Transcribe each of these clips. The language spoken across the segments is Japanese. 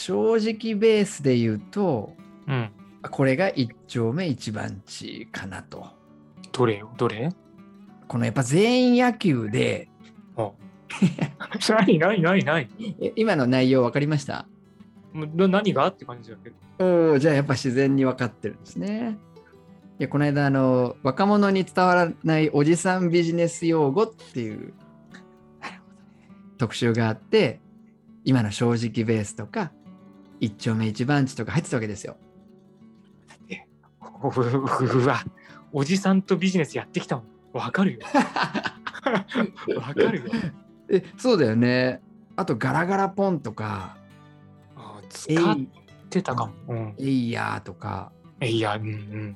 正直ベースで言うと、 うん。 これが一丁目一番地かなと。 どれよ、どれ？ このやっぱ全員野球で、 あない。 今の内容分かりました？ 何がって感じだけど。 じゃあやっぱ自然に分かってるんですね。いやこの間若者に伝わらないおじさんビジネス用語っていう特集があって、今の正直ベースとか一丁目一番地とか入ってたわけですよ。 うわ、おじさんとビジネスやってきたもん。わかるよ。わかるよ。 そうだよね。あとガラガラポンとか、 使ってたかも。 エイヤーとか、 いや、うん。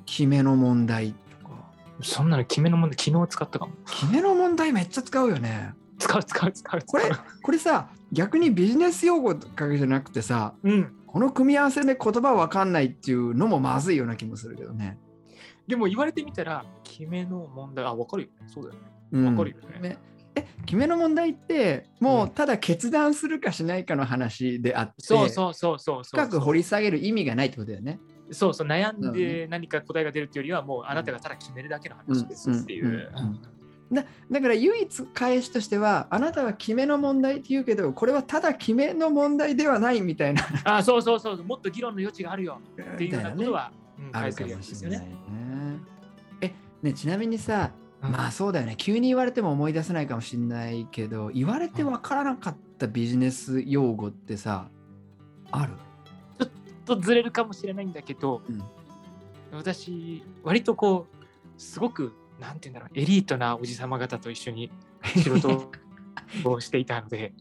決めの問題とか。 そんなの決めの問題、昨日使ったかも。 決めの問題めっちゃ使うよね。 使う。 これさ、逆にビジネス用語とかじゃなくてさ、この組み合わせで言葉わかんないっていうのもまずいような気もするけどね。 でも言われてみたら、決めの問題、わかるよね。そうだよね。わかるよね。 決めの問題ってもうただ決断するかしないかの話であって、 そう。 深く掘り下げる意味がないってことだよね。 そう、悩んで何か答えが出るっていうよりは、もうあなたがただ決めるだけの話ですっていう。 だから唯一返しとしては、あなたは決めの問題って言うけど、これはただ決めの問題ではないみたいな。 そう、もっと議論の余地があるよっていうようなことは返せるやつですよね。 ちなみにさ、まあそうだよね。急に言われても思い出せないかもしれないけど、言われて分からなかったビジネス用語ってさ、ある？ ちょっとずれるかもしれないんだけど、私、割とすごく、なんていうんだろう、エリートなおじさま方と一緒に仕事をしていたので、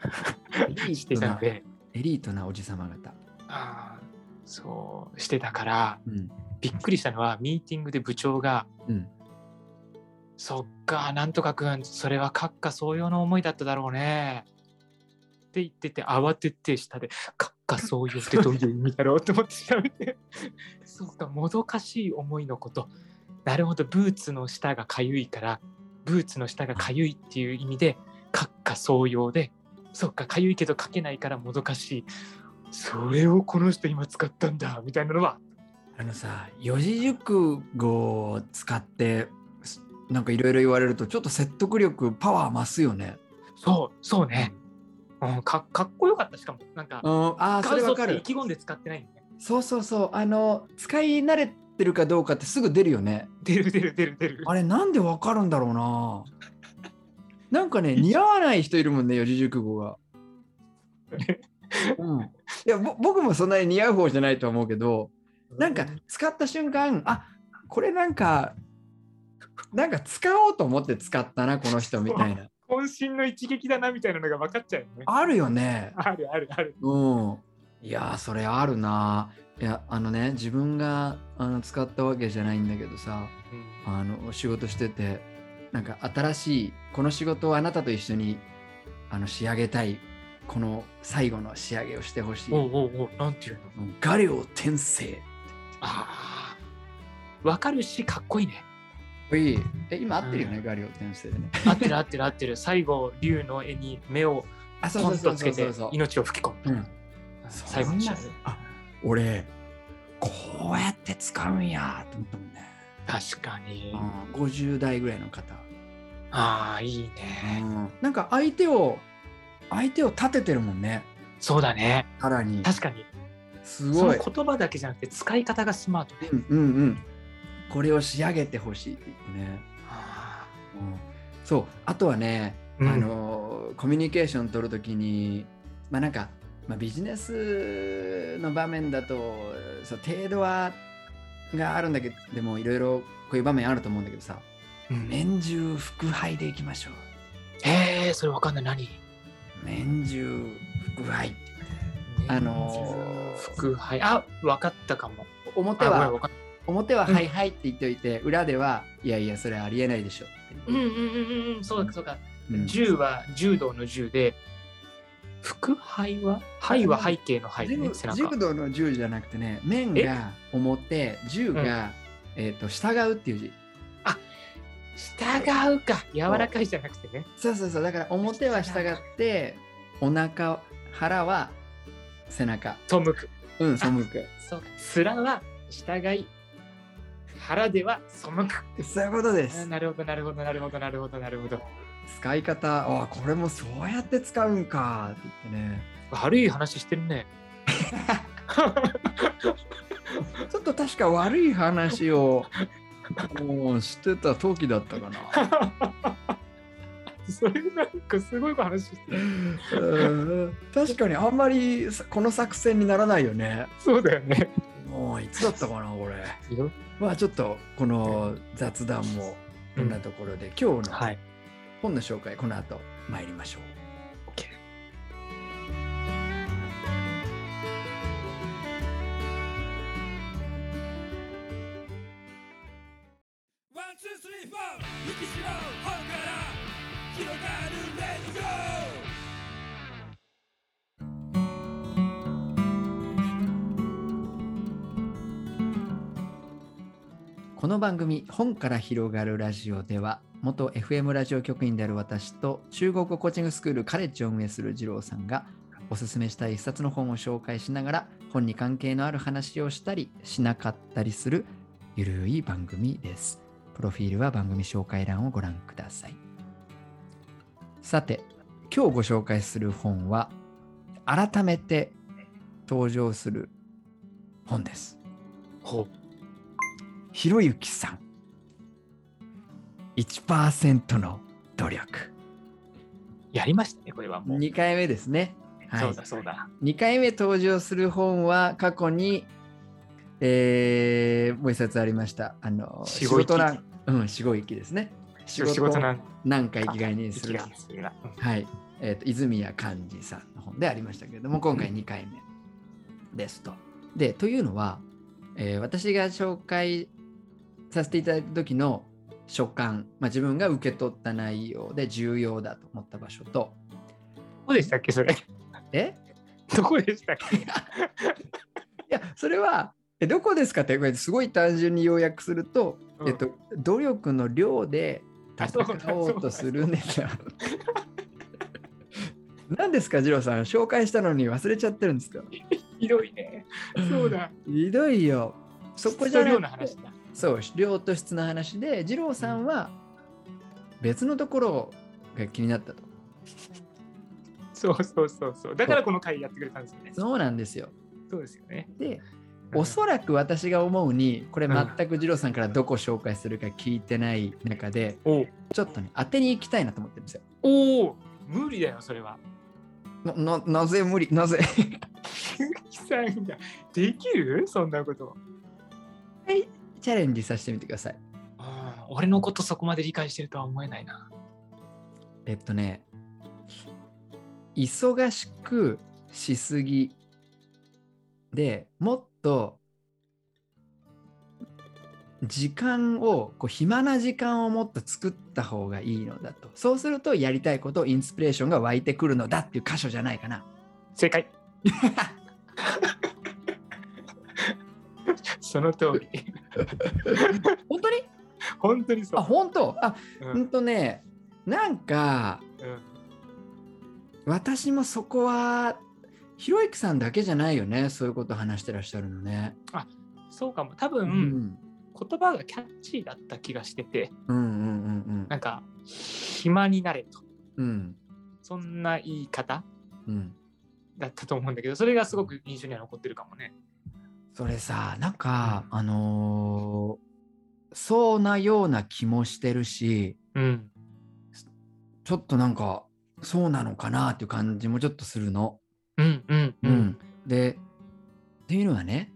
エリートなおじさま方。 そうしてたから、びっくりしたのは、ミーティングで部長が、そっか、なんとかくん、それは閣下総用の思いだっただろうね。って言ってて、慌てて下で、閣下総用ってどういう意味だろうと思って調べて、そうか、もどかしい思いのこと。なるほど、ブーツの下がかゆいから、ブーツの下がかゆいっていう意味で、閣下総用で、そっか、かゆいけど書けないからもどかしい。それをこの人今使ったんだ、みたいなのは。 四字熟語を使って、なんかいろいろ言われるとちょっと説得力パワー増すよね。 そうね、かっこよかった。しかもなんかそれわかる。 意気込んで使ってないんね。 そう使い慣れてるかどうかってすぐ出るよね。 出る。 あれなんでわかるんだろうな。なんかね、似合わない人いるもんね、四字熟語が。いや僕もそんなに似合う方じゃないとは思うけど、なんか使った瞬間、これなんか使おうと思って使ったなこの人みたいな。 渾身の一撃だなみたいなのが分かっちゃうよね。 あるよね。 ある。 いやそれあるな。いや自分が使ったわけじゃないんだけどさ、仕事してて、なんか新しいこの仕事をあなたと一緒に仕上げたい、この最後の仕上げをしてほしい。 なんていうの？ 画量転生。 分かるしかっこいいね。 今合ってるよね、画量転生でね。 合ってる。最後竜の絵に目をポンとつけて命を吹き込む。最後に俺こうやって使うんやと思ったもんね。 確かに。 50代ぐらいの方。 いいね。 なんか相手を立ててるもんね。 そうだね。 さらに。 確かに。 すごい。 その言葉だけじゃなくて使い方がスマートね。 これを仕上げてほしいって言ってね。そう。あとはね、コミュニケーション取るときに、ビジネスの場面だと程度はがあるんだけど、でもいろいろこういう場面あると思うんだけどさ、年中腹杯でいきましょう。 それわかんない。何？ 年中腹杯って言って、 腹杯。わかったかも。 表ははいはいって言っておいて、裏ではいやいやそれありえないでしょって。 そうか。銃は柔道の銃で、腹杯は背景の背でね、背中。 柔道の銃じゃなくてね、面が表、銃が従うっていう字。 従うか。柔らかいじゃなくてね。 そう。だから表は従って、お腹腹は背中。 背く。 背く。 そう。面は従い、腹では背く。 そういうことです。 なるほど。 使い方、これもそうやって使うんかって言ってね。 悪い話してるね。 ちょっと確か悪い話をしてた時だったかな。 それなんかすごい話してる。 確かにあんまりこの作戦にならないよね。 そうだよね。 もういつだったかなこれ。ちょっとこの雑談もこんなところで、今日の本の紹介、この後参りましょう。この番組本から広がるラジオでは、元 FM ラジオ局員である私と中国語コーチングスクールカレッジを運営する二郎さんがおすすめしたい一冊の本を紹介しながら、本に関係のある話をしたりしなかったりするゆるい番組です。プロフィールは番組紹介欄をご覧ください。さて、今日ご紹介する本は改めて登場する本です。ひろゆきさん、1% の努力。 やりましたね、これはもう。 2回目ですね。 そうだ。 2回目登場する本は過去に、もう一冊ありました。仕事四五ですね。仕事何回生きがいにする。泉谷寛治さんの本でありましたけれども、今回2回目ですと。というのは、私が紹介させていただいた時の所感、自分が受け取った内容で重要だと思った場所と。 どこでしたっけそれ？どこでしたっけ？いや、それはどこですかって、すごい単純に要約すると、努力の量で戦おうとするネタ。何ですか、二郎さん、紹介したのに忘れちゃってるんですか？ ひどいね。そうだ。 ひどいよ。そこじゃ量の話だ。 そう、量と質の話で、二郎さんは別のところが気になったと。 そう。だからこの回やってくれたんですよね。 そうなんですよ。 そうですよね。 で、おそらく私が思うに、これ全く二郎さんからどこ紹介するか聞いてない中で、ちょっとね、当てに行きたいなと思ってるんですよ。 無理だよ、それは。 なぜ無理？なぜ？ さんができる？そんなこと。 はい、チャレンジさせてみてください。 俺のことそこまで理解してるとは思えないな。 忙しくしすぎで、もっと時間を暇な時間をもっと作った方がいいのだと。そうするとやりたいことインスピレーションが湧いてくるのだっていう箇所じゃないかな。 正解。その通り。 本当に？ 本当にそう。 本当？なんか、私もそこはひろゆきさんだけじゃないよね、そういうことを話してらっしゃるのね。 そうかも。多分、言葉がキャッチーだった気がしてて、なんか暇になれと、そんな言い方、だったと思うんだけど、それがすごく印象には残ってるかもね。 それさ、なんか、そうなような気もしてるし、ちょっとなんかそうなのかなっていう感じもちょっとするの。で、っていうのはね、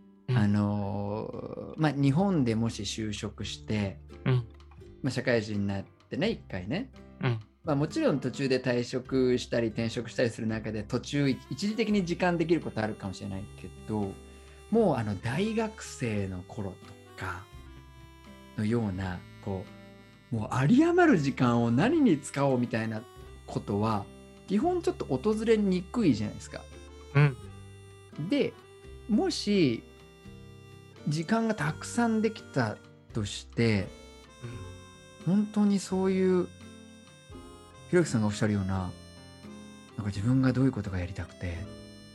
日本でもし就職して、社会人になってね、一回ね、もちろん途中で退職したり転職したりする中で途中一時的に時間できることあるかもしれないけど、もう大学生の頃とかのようなもう有り余る時間を何に使おうみたいなことは基本ちょっと訪れにくいじゃないですか。で、もし時間がたくさんできたとして、本当にそういうひろゆきさんがおっしゃるような、なんか自分がどういうことがやりたくて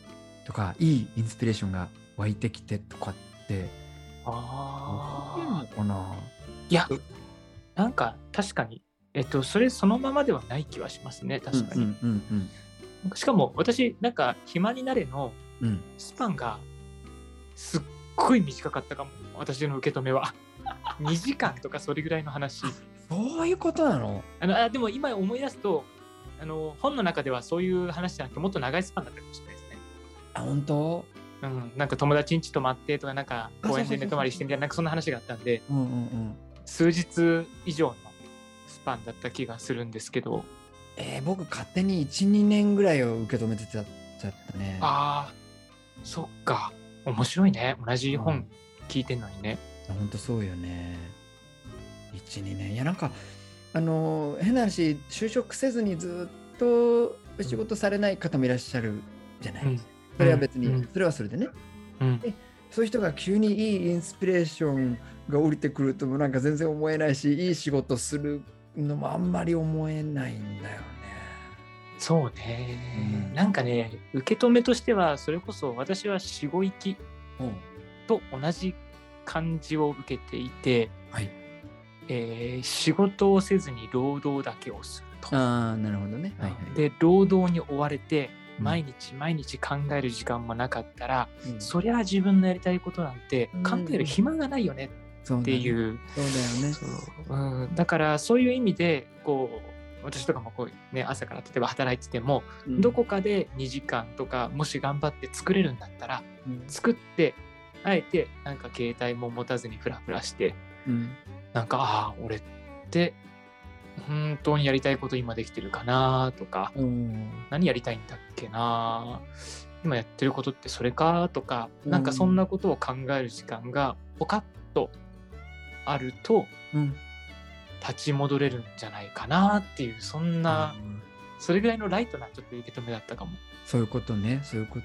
とかいいインスピレーションが湧いてきてとかってあいいのかな。 いやなんか確かにそれそのままではない気はしますね、確かに。しかも私なんか暇になれのスパンがすっごい短かったかも、私の受け止めは。2時間とかそれぐらいの話。 そういうことなの？ でも今思い出すと本の中ではそういう話じゃなくてもっと長いスパンだったかもしれないですね。 あ、本当？ なんか友達ん家泊まってとか、なんか公園で寝泊まりしてみたいな、なんかそんな話があったんで、数日以上のスパンだった気がするんですけど、 僕勝手に 1,2 年ぐらいを受け止めてちゃったね。 ああ、そっか。面白いね。同じ本聞いてんのにね。 本当そうよね。1、2年。いやなんか変な話、就職せずにずっと仕事されない方もいらっしゃるじゃない。それは別に、それはそれでね。でそういう人が急にいいインスピレーションが降りてくるともなんか全然思えないし、いい仕事するのもあんまり思えないんだよね。 そうね、なんかね、受け止めとしてはそれこそ私は死後行きと同じ感じを受けていて、仕事をせずに労働だけをすると。 なるほどね。 で労働に追われて毎日毎日考える時間もなかったら、そりゃ自分のやりたいことなんて考える暇がないよねっていう。 そうだよね。 だからそういう意味でこう私とかもこう、ね、朝から例えば働いてても、どこかで2時間とかもし頑張って作れるんだったら、作ってあえてなんか携帯も持たずにフラフラして、なんか俺って本当にやりたいこと今できてるかなとか、何やりたいんだっけな、今やってることってそれかとか、なんかそんなことを考える時間がポカッとあると、立ち戻れるんじゃないかなっていう、そんな、それぐらいのライトなちょっと受け止めだったかも。 そういうことね。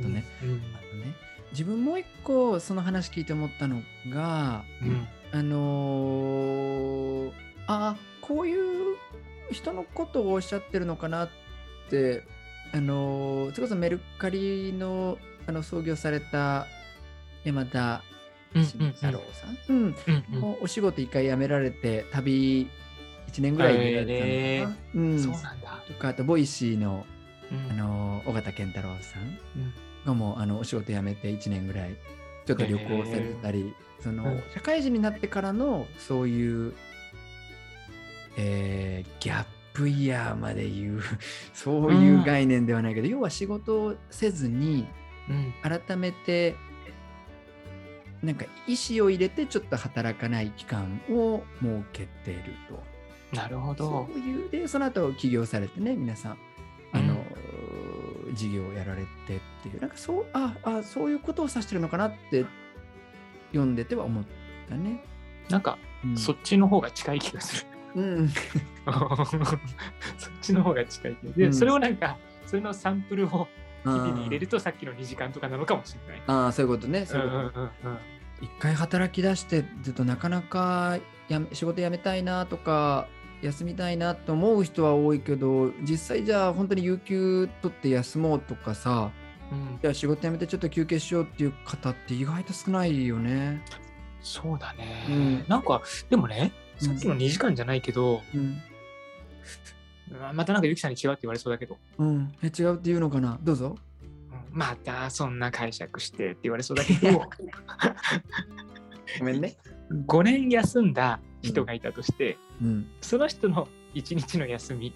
自分もう一個その話聞いて思ったのが、こういう人のことをおっしゃってるのかなって、それこそメルカリの創業された山田慎太郎さん、お仕事一回辞められて旅1年ぐらいでやられたのかな。 そうなんだ。 とか、あとボイシーの尾形健太郎さんがもお仕事辞めて1年ぐらいちょっと旅行されたり、社会人になってからのそういう、ギャップイヤーまでいうそういう概念ではないけど、要は仕事をせずに改めてなんか意思を入れてちょっと働かない期間を設けてると。 なるほど。 そういうでその後起業されてね、皆さん事業をやられてっていう、なんかそういうことを指してるのかなって読んでては思ったね。 なんか、そっちの方が近い気がする。そっちの方が近い気がする。で、それをなんかそれのサンプルを日々に入れるとさっきの2時間とかなのかもしれない。 そういうことね。一回働き出してずっとなかなか仕事辞めたいなとか休みたいなと思う人は多いけど、実際じゃあ本当に有給取って休もうとかさ、じゃあ仕事辞めてちょっと休憩しようっていう方って意外と少ないよね。 そうだね。なんかでもね、さっきの2時間じゃないけど、またなんかゆきさんに違うって言われそうだけど、 違うって言うのかな。どうぞ。 またそんな解釈してって言われそうだけどごめんね。 5年休んだ人がいたとして、その人の1日の休み、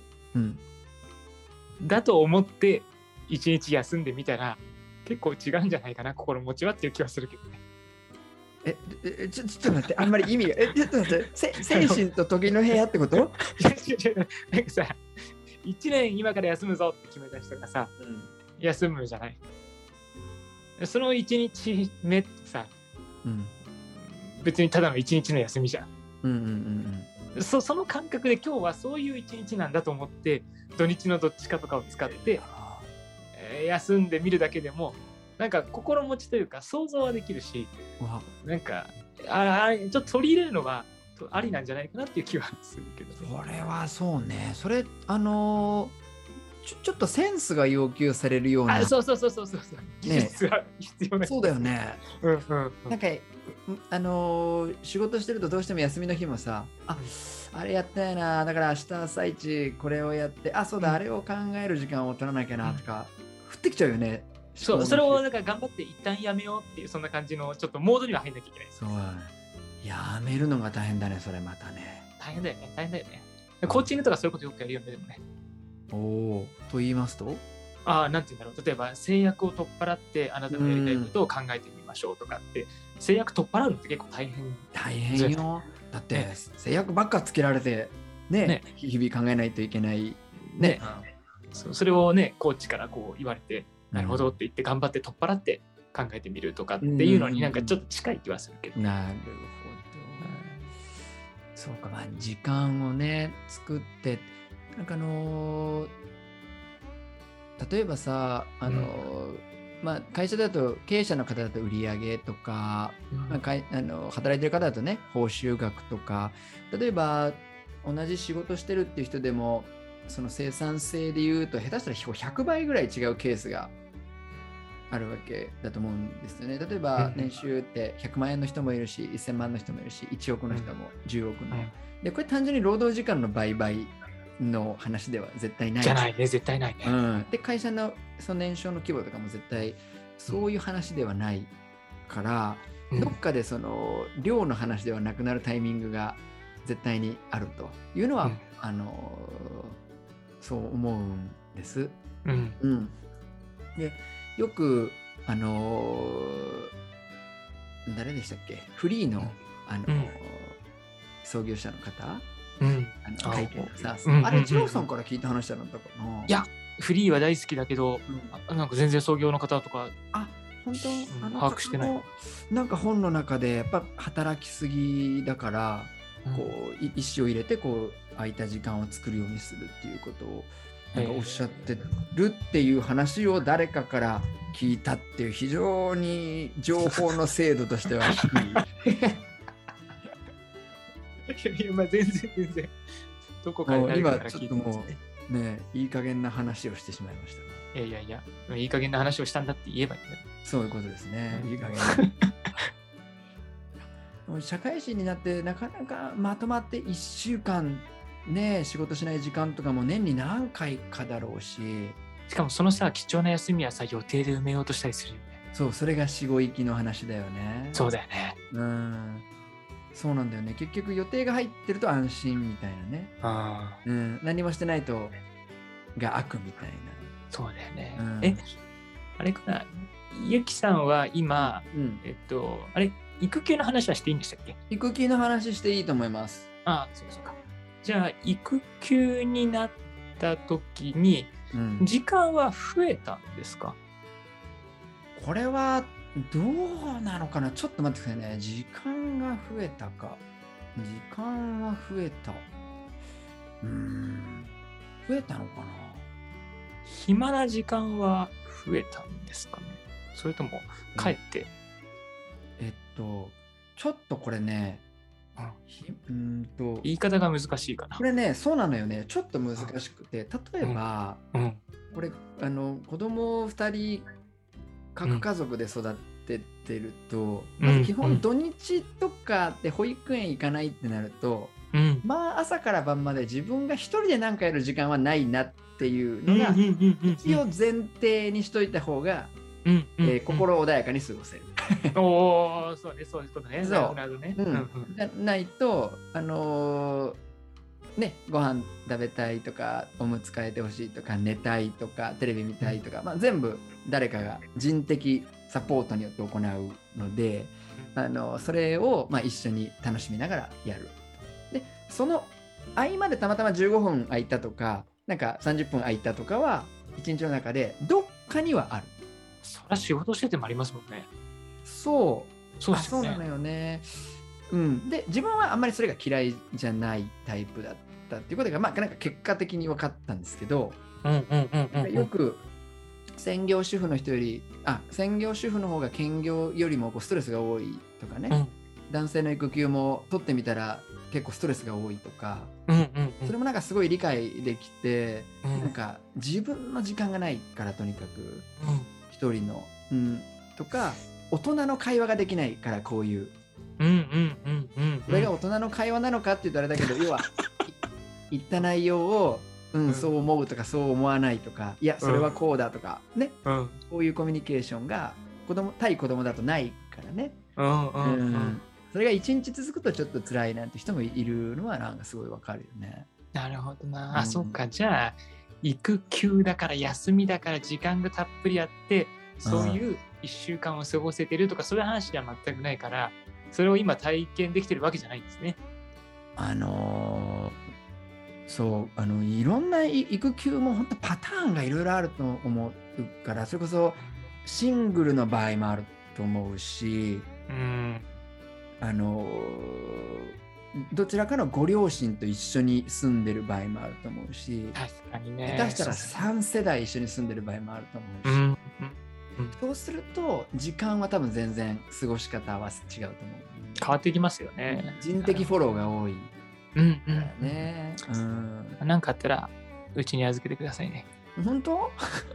だと思って1日休んでみたら結構違うんじゃないかな、心持ちはっていう気はするけどね。 ちょっと待って、あんまり意味がちょっと待って、精神と時の部屋ってこと？ なんかさ、1年今から休むぞって決めた人がさ、休むじゃない。その1日目ってさ、別にただの1日の休みじゃん。その感覚で今日はそういう1日なんだと思って土日のどっちかとかを使って休んでみるだけでもなんか心持ちというか想像はできるし、なんかちょっと取り入れるのはありなんじゃないかなっていう気はするけどね。 これはそうね。それちょっとセンスが要求されるような。 そう。技術が必要な、 そうだよね。なんか仕事してるとどうしても休みの日もさ、あれやったやな、だから明日朝一これをやって、そうだ、あれを考える時間を取らなきゃなとか、降ってきちゃうよね。 それをなんか頑張って一旦やめようっていう、そんな感じのちょっとモードには入んなきゃいけない。 そう。やめるのが大変だね、それまたね。 大変だよね。コーチングとかそういうことよくやるよね、でもね。 と言いますと、 なんて言うんだろう。例えば制約を取っ払ってあなたのやりたいことを考えてみましょうとかって、制約取っ払うのって結構大変。 大変よ。だって、制約ばっかつけられて、日々考えないといけないね。 それをね、コーチからこう言われて、なるほどって言って頑張って取っ払って考えてみるとかっていうのになんかちょっと近い気はするけど。 なるほど。そうか、時間をね作って、なんか例えばさ、会社だと経営者の方だと売上とか、働いてる方だとね報酬額とか、例えば同じ仕事してるっていう人でもその生産性でいうと下手したら100倍ぐらい違うケースがあるわけだと思うんですよね。例えば年収って100万円の人もいるし1000万の人もいるし1億の人も10億の、でこれ単純に労働時間の倍々の話では絶対ないじゃないね、絶対ないね。 で会社のその年商の規模とかも絶対そういう話ではないから、どっかでその量の話ではなくなるタイミングが絶対にあるというのは、そう思うんです。でよく誰でしたっけ、フリーの創業者の方、会見さ、あれ一郎さんから聞いた話だったかな。 いや、フリーは大好きだけど、なんか全然創業の方とか本当把握してない。 なんか本の中でやっぱ働きすぎだから、こう意思を入れてこう空いた時間を作るようにするっていうことをなんかおっしゃってるっていう話を誰かから聞いたっていう、非常に情報の精度としては低い。 全然どこかで誰かから聞いてますね。 今ちょっともうね、いい加減な話をしてしまいました。 いやいい加減な話をしたんだって言えばいいんだよ。 そういうことですね。いい加減社会人になってなかなかまとまって1週間ね仕事しない時間とかも年に何回かだろうし、 しかもそのさ貴重な休みはさ予定で埋めようとしたりするよね。 そう、それが死後行きの話だよね。 そうだよね。 そうなんだよね。結局予定が入ってると安心みたいなね。何もしてないとが悪みたいな。 そうだよね。あれかな、ゆきさんは今、あれ育休の話はしていいんでしたっけ？ 育休の話していいと思います。 そうか。じゃあ育休になった時に、時間は増えたんですか？ これはどうなのかな。ちょっと待ってくださいね。時間が増えたか。時間は増えた。増えたのかな。 暇な時間は増えたんですかね。それともかえって、 ちょっとこれね、 言い方が難しいかな。 これね、そうなのよね。ちょっと難しくて、例えば、これ子供2人各家族で育ててると、まず基本土日とかで保育園行かないってなると、まあ朝から晩まで自分が一人で何かやる時間はないなっていうのが一応前提にしといた方が心穏やかに過ごせる。 そうね、そういうことね。 ないとご飯食べたいとかおむつ替えてほしいとか寝たいとかテレビ見たいとか、全部誰かが人的サポートによって行うので、それを一緒に楽しみながらやる。でその合間でたまたま15分空いたとかなんか30分空いたとかは一日の中でどっかにはある。 そりゃ仕事しててもありますもんね。 そうなのよね。で自分はあんまりそれが嫌いじゃないタイプだったっていうことがなんか結果的に分かったんですけど、よく専業主婦の人より専業主婦の方が兼業よりもストレスが多いとかね、男性の育休も取ってみたら結構ストレスが多いとか、 うんうんうん、 それもなんかすごい理解できて、 うんなんか自分の時間がないからとにかくうん一人の、とか大人の会話ができないからこういう、 うんうんうんうんこれが大人の会話なのかって言うとあれだけど、要は言った内容を、そう思うとかそう思わないとか、いやそれはこうだとかね、こういうコミュニケーションが対子供だとないからね、それが一日続くとちょっと辛いなんて人もいるのはなんかすごいわかるよね。 なるほどな。あ、そっか。じゃあ育休だから休みだから時間がたっぷりあって、そういう1週間を過ごせてるとかそういう話では全くないから、それを今体験できてるわけじゃないんですね。 そういろんな育休も本当パターンがいろいろあると思うから、それこそシングルの場合もあると思うし、どちらかのご両親と一緒に住んでる場合もあると思うし、 確かにね、 下手したら3世代一緒に住んでる場合もあると思うし、そうすると時間は多分全然過ごし方は違うと思う。 変わってきますよね。 人的フォローが多いからね。 なんかあったらうちに預けてくださいね。 本当？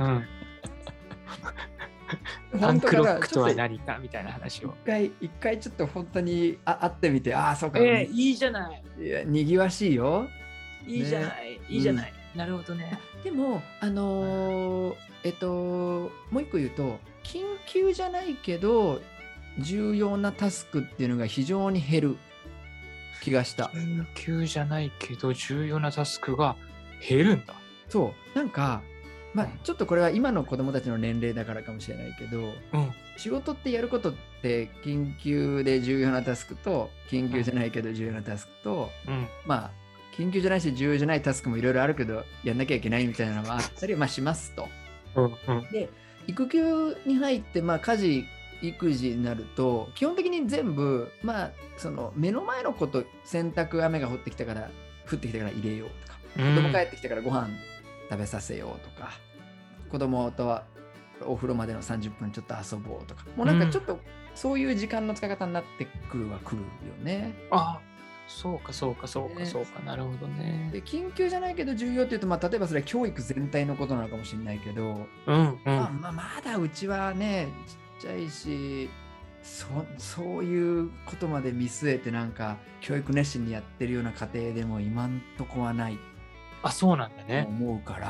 ファンクロックとは何かみたいな話を一回ちょっと本当に会ってみて、そうか、 いいじゃない、 いやにぎわしいよ、 いいじゃない、いいじゃない、なるほどね。 でももう一個言うと、緊急じゃないけど重要なタスクっていうのが非常に減る気がした。 緊急じゃないけど重要なタスクが減るんだ。 そう、なんかちょっとこれは今の子供たちの年齢だからかもしれないけど、仕事ってやることって緊急で重要なタスクと緊急じゃないけど重要なタスクと、緊急じゃないし重要じゃないタスクもいろいろあるけどやんなきゃいけないみたいなのがあったりしますと。で育休に入って家事育児になると基本的に全部その目の前のこと洗濯雨が降ってきたから入れようとか、子供帰ってきたからご飯食べさせようとか、子供とはお風呂までの30分ちょっと遊ぼうとか、もうなんかちょっとそういう時間の使い方になってくるよね。 そうか、なるほどね。 で緊急じゃないけど重要っていうと、例えばそれは教育全体のことなのかもしれないけど、まだうちはねちっちゃいし、そういうことまで見据えてなんか教育熱心にやってるような家庭でも今んとこはない。 そうなんだね。 思うから、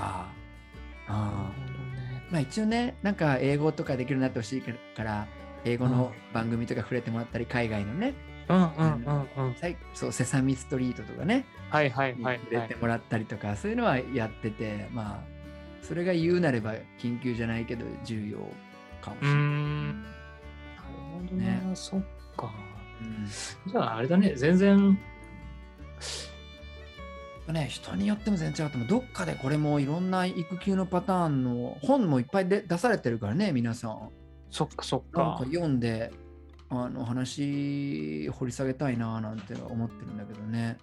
一応ね、なんか英語とかできるようになってほしいから英語の番組とか触れてもらったり、海外のね、そうセサミストリートとかね、触れてもらったりとか、そういうのはやってて、それが言うなれば緊急じゃないけど重要かもしれない。なるほどね。そっか。じゃああれだね、全然人によっても全然違うと思う。どっかでこれもいろんな育休のパターンの本もいっぱい出されてるからね、皆さん。 そっか。 なんか読んで話掘り下げたいななんて思ってるんだけどね。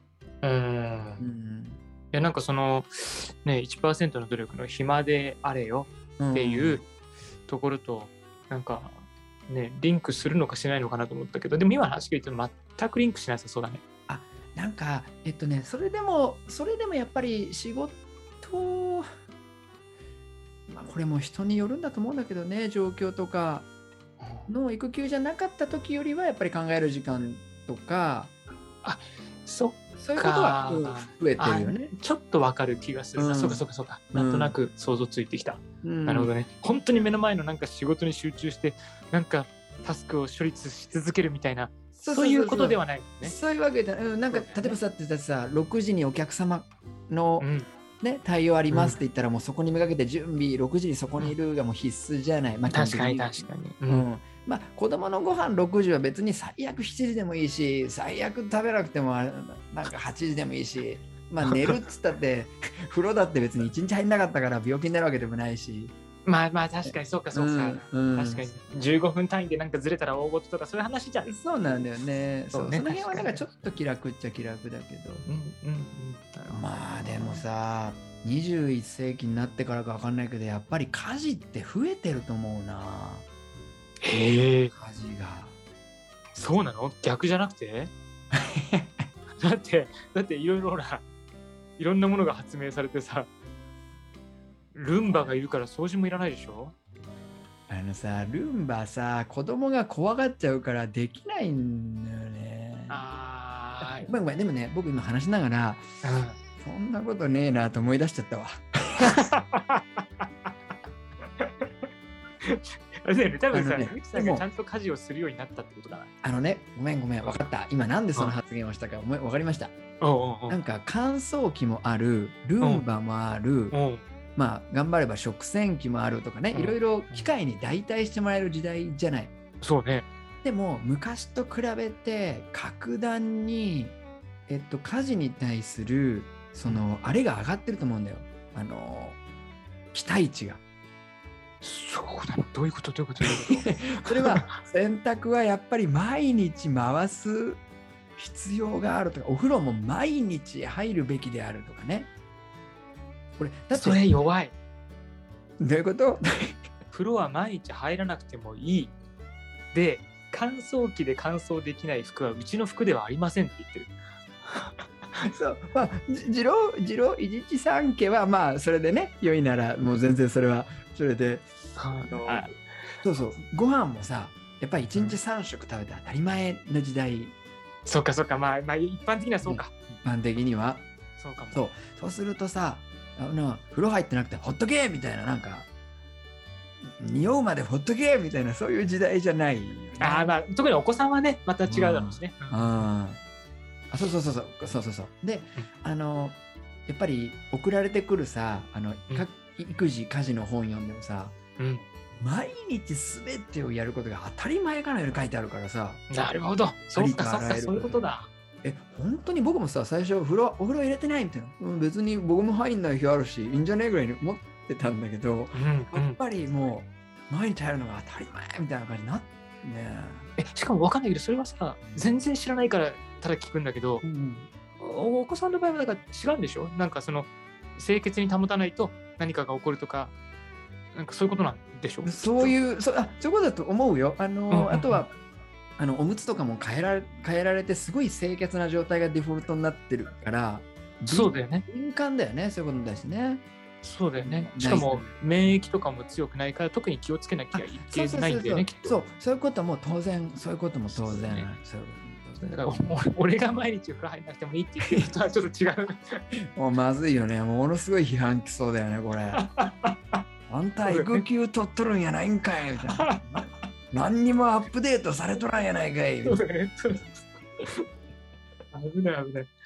いやなんかそのね 1% の努力の暇であれよっていうところとなんかねリンクするのかしないのかなと思ったけど、でも今の話聞いても全くリンクしなさそうだね。 なんかそれでもやっぱり仕事、これも人によるんだと思うんだけどね、状況とかの育休じゃなかった時よりはやっぱり考える時間とか、そういうことは増えてるよね。 ちょっとわかる気がするな。そうか。なんとなく想像ついてきた。なるほどね。本当に目の前のなんか仕事に集中してなんかタスクを処理し続けるみたいな。そういうことではないね。 そういうわけで、なんか例えばさ6時にお客様の、対応ありますって言ったらもうそこにめがけて準備、6時にそこにいるがもう必須じゃない。 確かに。 子供のご飯6時は別に最悪7時でもいいし、最悪食べなくてもなんか8時でもいいし、寝るっつったって風呂だって別に1日入んなかったから病気になるわけでもないし。 確かにそうか、確かに15分単位でなんかずれたら大事とかそういう話じゃん。 そうなんだよね。その辺はなんかちょっと気楽っちゃ気楽だけど、でもさ21世紀になってからか分かんないけど、やっぱり家事って増えてると思うな。家事が。 そうなの？逆じゃなくてだっていろいろほら、いろんなものが発明されてさ、ルンバがいるから掃除もいらないでしょ。 さ、ルンバさ、子供が怖がっちゃうからできないんだよね。ごめん、でもね、僕今話しながら、そんなことねえなと思い出しちゃったわ。 あれだよね、多分さ、ミキさんがちゃんと家事をするようになったってことかな。 ごめん、分かった。今なんでその発言をしたか分かりました。なんか乾燥機もある、ルンバもある、まあ頑張れば食洗機もあるとかね、いろいろ機械に代替してもらえる時代じゃない。 そうね。 でも昔と比べて格段に、家事に対するあれが上がってると思うんだよ。期待値が。 そうだね。どういうことそれは洗濯はやっぱり毎日回す必要があるとか、お風呂も毎日入るべきであるとかね。これだってそれ弱い。 どういうこと？ 風呂は毎日入らなくてもいい。で、乾燥機で乾燥できない服はうちの服ではありませんって言ってる。 そうまあ、次郎伊地知三家はまあそれでね良いならもう全然それはそれで、そうご飯もさやっぱり1日3食食べて当たり前の時代。 そうかまあ一般的にはそうか。 一般的にはそうかも。 そうするとさ風呂入ってなくてほっとけみたいな、なんか匂うまでほっとけみたいな、そういう時代じゃないよね。 まあ特にお子さんはねまた違うだろうしね。 そうで、やっぱり送られてくるさ育児家事の本読んでもさ、毎日すべてをやることが当たり前かのように書いてあるからさ。 なるほど。そういうことだ。 本当に僕もさ最初お風呂入れてないみたいな、別に僕も入んない日あるしいいんじゃねえぐらいに思ってたんだけど、やっぱりもう毎日入るのが当たり前みたいな感じになってね。 しかも分かんないけどそれはさ全然知らないからただ聞くんだけど、お子さんの場合はだから違うんでしょ。なんか清潔に保たないと何かが起こるとか、なんかそういうことなんでしょ。 そういうことだと思うよ。あとはおむつとかも変えられてすごい清潔な状態がデフォルトになってるから、 そうだよね。 敏感だよね、そういうことだしね。 そうだよね。しかも免疫とかも強くないから特に気をつけなきゃいけないんだよね。 そういうことも当然、 だから俺が毎日風呂入んなくてもいいって言ってる人はちょっと違う。 もうまずいよね。ものすごい批判来そうだよね、これ。あんた育休取っとるんやないんかいみたいな。何にもアップデートされとらんやないかい。 そうだね。危ない。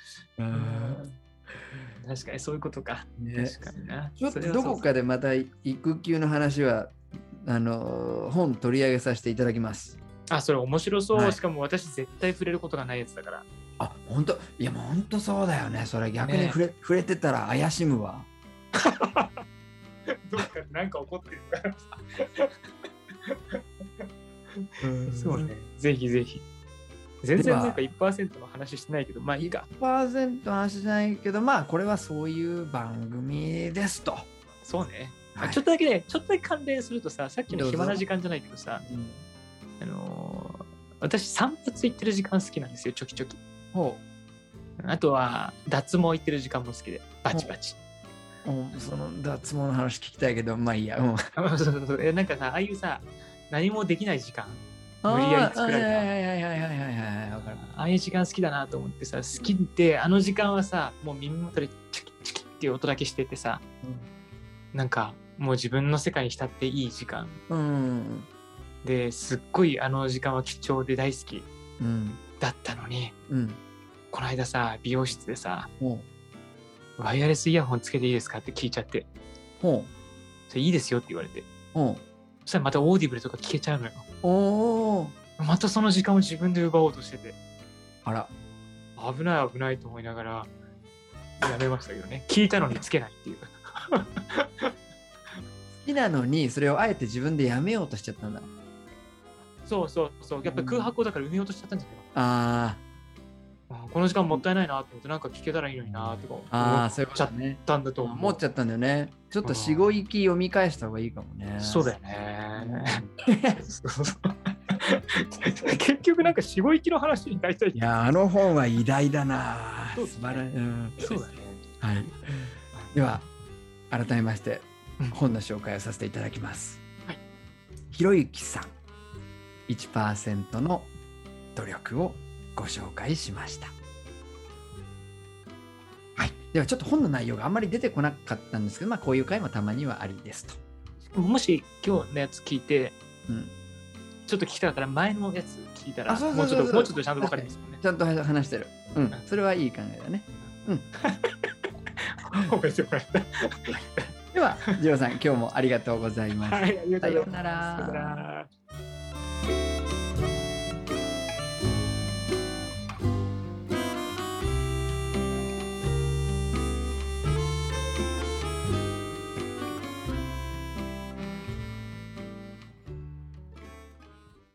確かにそういうことか。確かにな。 ちょっとどこかでまた育休の話は本取り上げさせていただきます。 それ面白そう。しかも私絶対触れることがないやつだから。 本当。いやもう本当そうだよね。それ逆に触れてたら怪しむわ。 どうかなんか怒ってるから。そうね。ぜひ。全然なんか 1% の話してないけど、まあいいか。 1% の話じゃないけど、まあこれはそういう番組ですと。 そうね。ちょっとだけ関連するとさ、さっきの暇な時間じゃないけどさ、私散髪行ってる時間好きなんですよ、ちょきちょき。あとは脱毛行ってる時間も好きで、バチバチ。 その脱毛の話聞きたいけど、まあいいや。 なんかさ、ああいうさ、何もできない時間、無理やり作られた。ああいう時間好きだなと思ってさ、好きで、あの時間はさ、もう耳元でチキチキっていう音だけしててさ、なんかもう自分の世界に浸っていい時間。ですっごいあの時間は貴重で大好きだったのに、この間さ、美容室でさ、ワイヤレスイヤホンつけていいですかって聞いちゃって、それいいですよって言われて、そしたらまたオーディブルとか聞けちゃうのよ。またその時間を自分で奪おうとしてて、 あら危ないと思いながらやめましたけどね。聞いたのにつけないっていう。 好きなのにそれをあえて自分でやめようとしちゃったんだ。 そうやっぱり空白だから埋めようとしちゃったんじゃないの。この時間もったいないなと思って、なんか聞けたらいいのになとか思っちゃったんだと思っちゃったんだよね。ちょっと4、5息読み返した方がいいかもね。 そうだよね。 結局なんか4、5域の話になりたい。 いや、あの本は偉大だな。素晴らしい。 そうだね。 はい。では、改めまして、本の紹介をさせていただきます。 はい。 ひろゆきさん、1% の努力をご紹介しました。はい。では、ちょっと本の内容があんまり出てこなかったんですけど、こういう回もたまにはありですと。 もし今日のやつ聞いて、ちょっと聞きたかったら前のやつ聞いたらもうちょっとちゃんと分かりますもんね。 ちゃんと話してる。それはいい考えだね。では、ジローさん、今日もありがとうございます。 はい、ありがとうございます。 さようなら。